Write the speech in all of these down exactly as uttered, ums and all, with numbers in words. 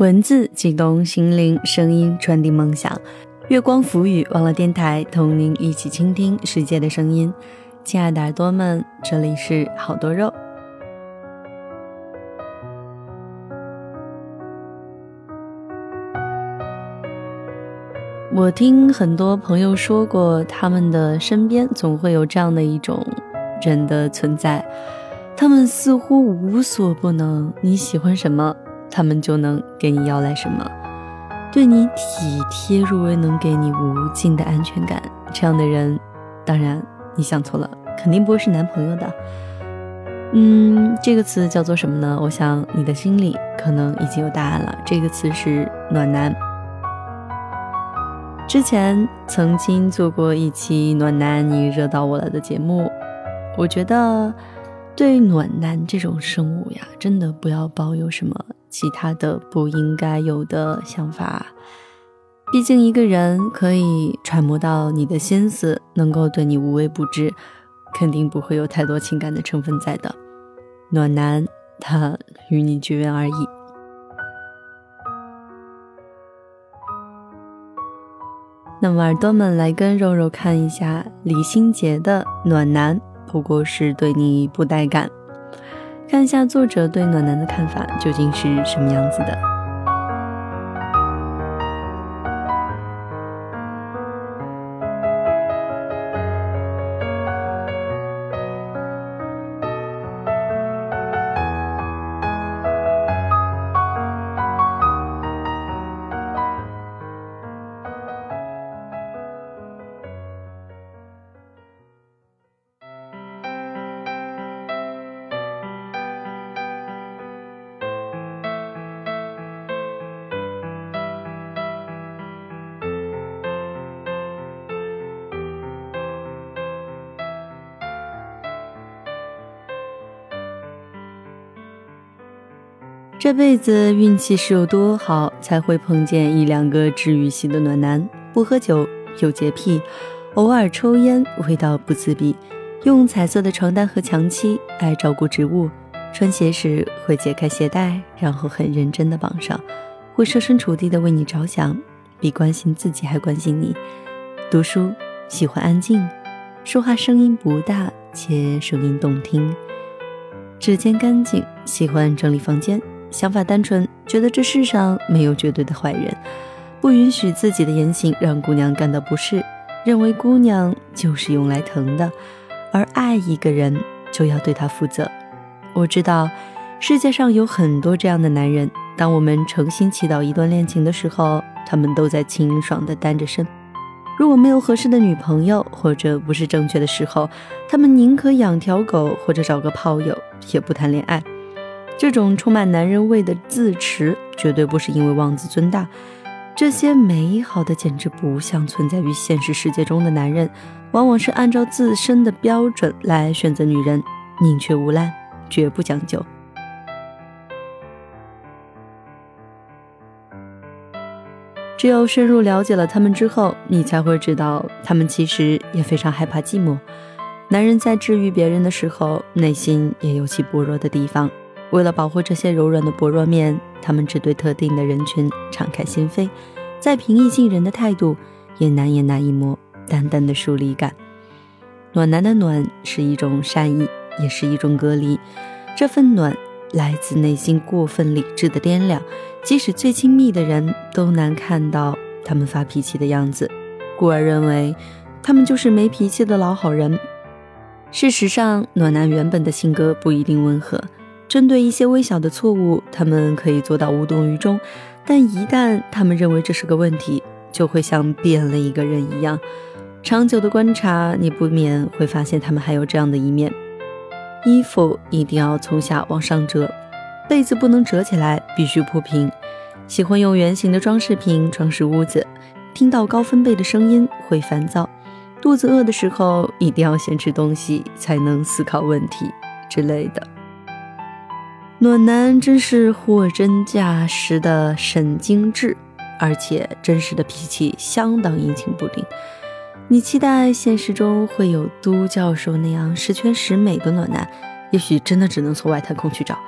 文字激动心灵，声音传递梦想。月光浮语网络电台，同您一起倾听世界的声音。亲爱的耳朵们，这里是好多肉。我听很多朋友说过，他们的身边总会有这样的一种人的存在，他们似乎无所不能，你喜欢什么他们就能给你要来什么，对你体贴入微，能给你无尽的安全感。这样的人，当然你想错了，肯定不会是男朋友的。嗯，这个词叫做什么呢？我想你的心里可能已经有答案了，这个词是暖男。之前曾经做过一期暖男你惹到我了的节目，我觉得对暖男这种生物呀，真的不要抱有什么其他的不应该有的想法。毕竟一个人可以揣摩到你的心思，能够对你无微不至，肯定不会有太多情感的成分在的。暖男他与你绝缘而已。那么耳朵们来跟肉肉看一下李心洁的暖男不过是对你不带感，看一下作者对暖男的看法究竟是什么样子的。这辈子运气是有多好，才会碰见一两个治愈系的暖男。不喝酒，有洁癖，偶尔抽烟，味道不自闭，用彩色的床单和墙漆，爱照顾植物，穿鞋时会解开鞋带，然后很认真地绑上，会设身处地地为你着想，比关心自己还关心你。读书喜欢安静，说话声音不大，且声音动听。指尖干净，喜欢整理房间，想法单纯，觉得这世上没有绝对的坏人，不允许自己的言行让姑娘感到不适，认为姑娘就是用来疼的，而爱一个人就要对他负责。我知道世界上有很多这样的男人，当我们诚心祈祷一段恋情的时候，他们都在清爽地单着身。如果没有合适的女朋友，或者不是正确的时候，他们宁可养条狗或者找个炮友，也不谈恋爱。这种充满男人味的自持，绝对不是因为妄自尊大，这些美好的简直不像存在于现实世界中的男人，往往是按照自身的标准来选择女人，宁缺毋滥，绝不将就。只有深入了解了他们之后，你才会知道他们其实也非常害怕寂寞。男人在治愈别人的时候，内心也有其薄弱的地方，为了保护这些柔软的薄弱面，他们只对特定的人群敞开心扉，再平易近人的态度也难言难以磨淡淡的疏离感。暖男的暖是一种善意，也是一种隔离，这份暖来自内心过分理智的掂量，即使最亲密的人都难看到他们发脾气的样子，故而认为他们就是没脾气的老好人。事实上，暖男原本的性格不一定温和，针对一些微小的错误，他们可以做到无动于衷，但一旦他们认为这是个问题，就会像变了一个人一样。长久的观察，你不免会发现他们还有这样的一面：衣服一定要从下往上折，被子不能折起来，必须铺平，喜欢用圆形的装饰品装饰屋子，听到高分贝的声音会烦躁，肚子饿的时候一定要先吃东西才能思考问题之类的。暖男真是货真价实的神经质，而且真实的脾气相当阴晴不定。你期待现实中会有都教授那样十全十美的暖男，也许真的只能从外太空去找。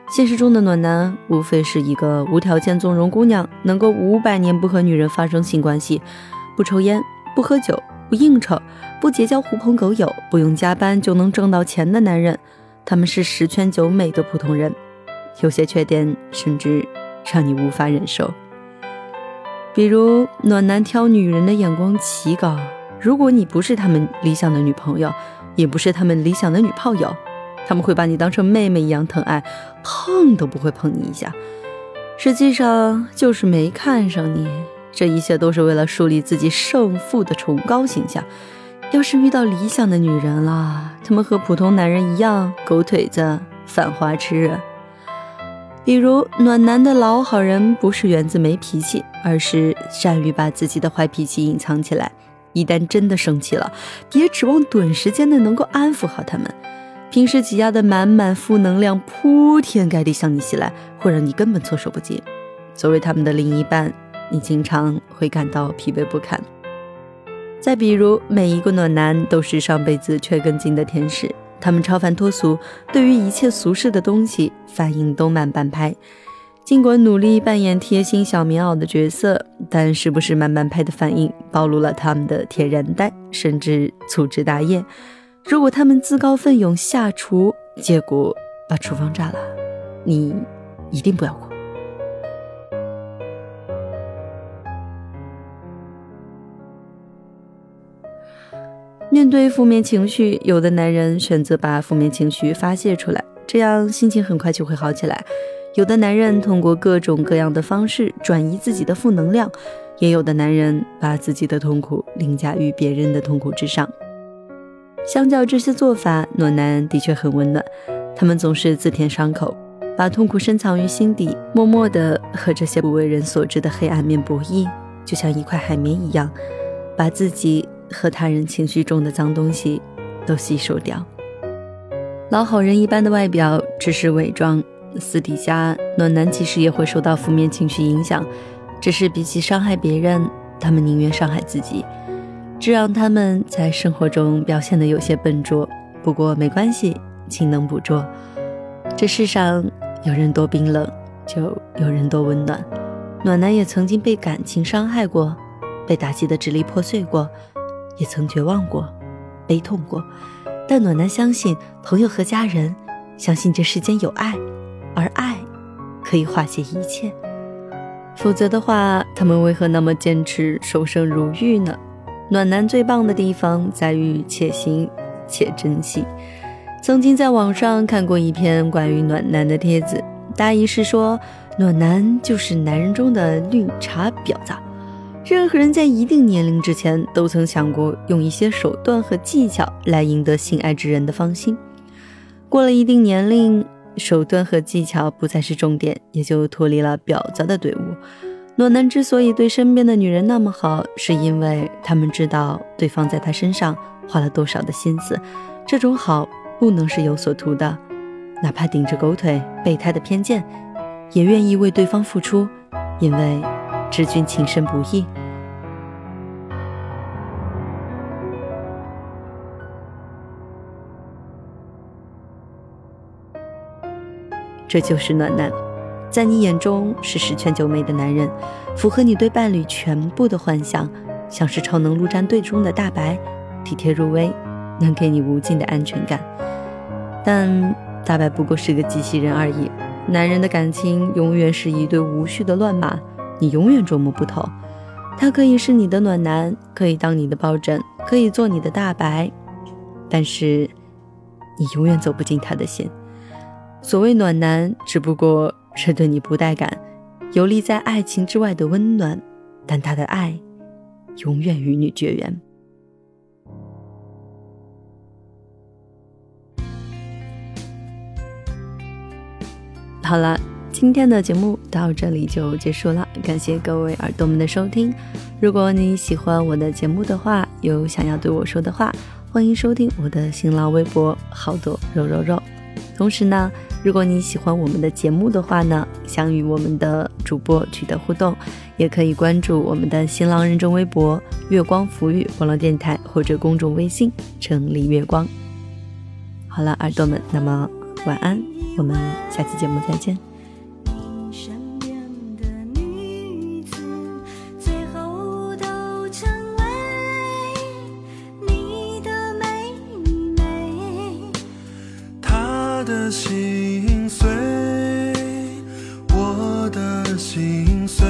现实中的暖男无非是一个无条件纵容姑娘能够五百年不和女人发生性关系，不抽烟，不喝酒，不应酬，不结交狐朋狗友，不用加班就能挣到钱的男人。他们是十全九美的普通人，有些缺点甚至让你无法忍受。比如暖男挑女人的眼光奇高，如果你不是他们理想的女朋友，也不是他们理想的女炮友，他们会把你当成妹妹一样疼爱，碰都不会碰你一下，实际上就是没看上你。这一切都是为了树立自己胜负的崇高形象。要是遇到理想的女人了，他们和普通男人一样，狗腿子，犯花痴。比如暖男的老好人不是源自没脾气，而是善于把自己的坏脾气隐藏起来，一旦真的生气了，别指望短时间内能够安抚好他们，平时挤压的满满负能量铺天盖地向你袭来，会让你根本措手不及。作为他们的另一半，你经常会感到疲惫不堪。再比如每一个暖男都是上辈子缺根筋的天使，他们超凡脱俗，对于一切俗世的东西反应都慢半拍。尽管努力扮演贴心小棉袄的角色，但是不是慢半拍的反应暴露了他们的天然呆，甚至粗枝大叶。如果他们自告奋勇下厨，结果把厨房炸了，你一定不要哭。面对负面情绪，有的男人选择把负面情绪发泄出来，这样心情很快就会好起来。有的男人通过各种各样的方式转移自己的负能量，也有的男人把自己的痛苦凌驾于别人的痛苦之上。相较这些做法，暖男的确很温暖，他们总是自舔伤口，把痛苦深藏于心底，默默地和这些不为人所知的黑暗面博弈，就像一块海绵一样，把自己和他人情绪中的脏东西都吸收掉。老好人一般的外表只是伪装，私底下暖男其实也会受到负面情绪影响，只是比起伤害别人，他们宁愿伤害自己，这让他们在生活中表现得有些笨拙，不过没关系，勤能补拙。这世上有人多冰冷，就有人多温暖。暖男也曾经被感情伤害过，被打击得支离破碎过，也曾绝望过，悲痛过，但暖男相信朋友和家人，相信这世间有爱，而爱可以化解一切。否则的话，他们为何那么坚持守身如玉呢？暖男最棒的地方在于且行且珍惜。曾经在网上看过一篇关于暖男的帖子，大意是说，暖男就是男人中的绿茶婊子。任何人在一定年龄之前都曾想过用一些手段和技巧来赢得心爱之人的芳心，过了一定年龄，手段和技巧不再是重点，也就脱离了婊子的队伍。暖男之所以对身边的女人那么好，是因为他们知道对方在他身上花了多少的心思，这种好不能是有所图的，哪怕顶着狗腿备胎的偏见，也愿意为对方付出，因为知君情深不易。这就是暖男，在你眼中是十全九美的男人，符合你对伴侣全部的幻想，像是超能陆战队中的大白，体贴入微，能给你无尽的安全感。但大白不过是个机器人而已，男人的感情永远是一堆无序的乱码，你永远捉摸不透。他可以是你的暖男，可以当你的抱枕，可以做你的大白，但是你永远走不进他的心。所谓暖男，只不过是对你不带感，游离在爱情之外的温暖，但他的爱永远与你绝缘。好了，今天的节目到这里就结束了，感谢各位耳朵们的收听。如果你喜欢我的节目的话，有想要对我说的话，欢迎收听我的新浪微博好多肉肉肉。同时呢，如果你喜欢我们的节目的话呢，想与我们的主播取得互动，也可以关注我们的新浪认证微博月光浮语网络电台，或者公众微信城里月光。好了，耳朵们，那么晚安，我们下期节目再见。 的心碎，我的心碎，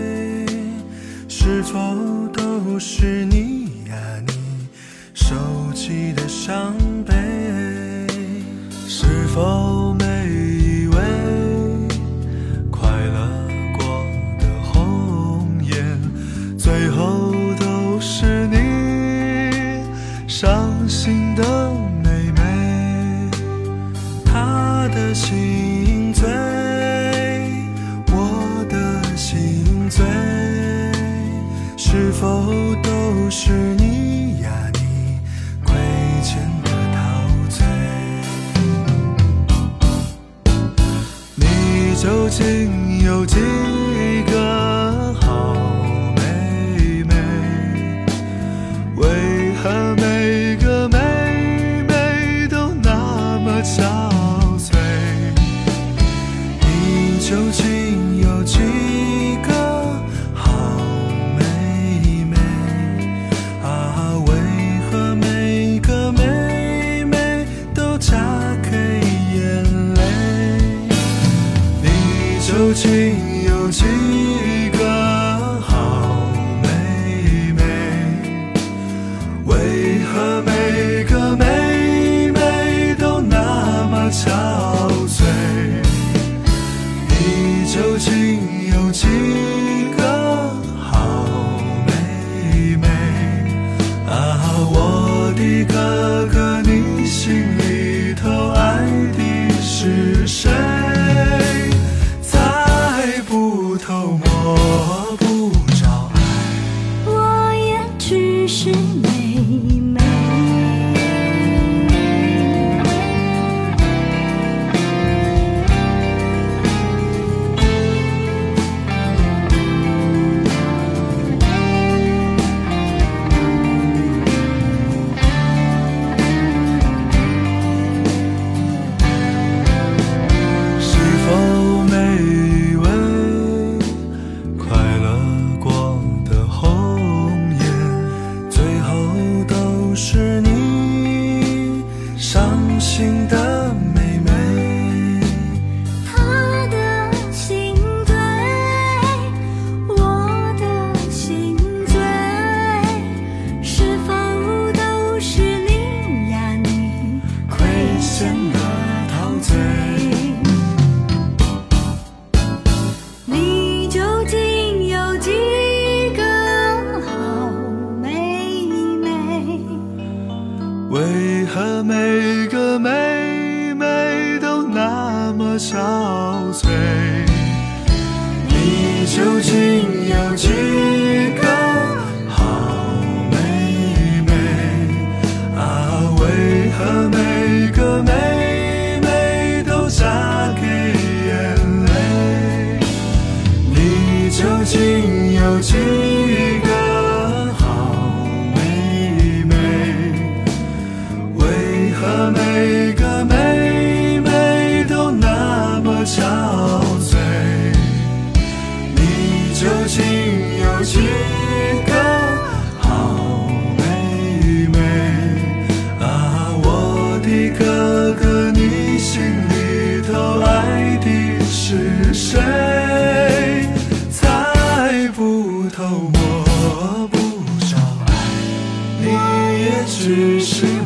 是否都是你呀？你收起的伤悲，是否每一位快乐过的红颜，最后都是你伤心的的心醉，我的心醉，是否都是你呀？你亏欠的陶醉，你究竟有几个好妹妹？为何每个妹妹都那么憔悴？究竟有几个好妹妹啊？为何每个妹妹都嫁给眼泪？你究竟有几个好妹妹？为何每个妹妹都那么憔悴？究竟有几个好妹妹啊？我的哥哥，你心里头爱的是谁？猜不透，摸不着爱， 我也只是妹妹。 心的妹妹， 她的心醉，我的心醉，是否都是你呀？你亏欠的陶醉，你究竟有几个好妹妹？ 为何每个妹妹都那么憔悴？你究竟有几个好妹妹啊？为何每个妹妹都嫁给眼泪？你究竟有几个好妹妹？为何每个妹妹都那么憔悴？你究竟有几个好妹妹啊？我的哥哥，你心里头爱的是谁？猜不透，摸不着爱，你也只是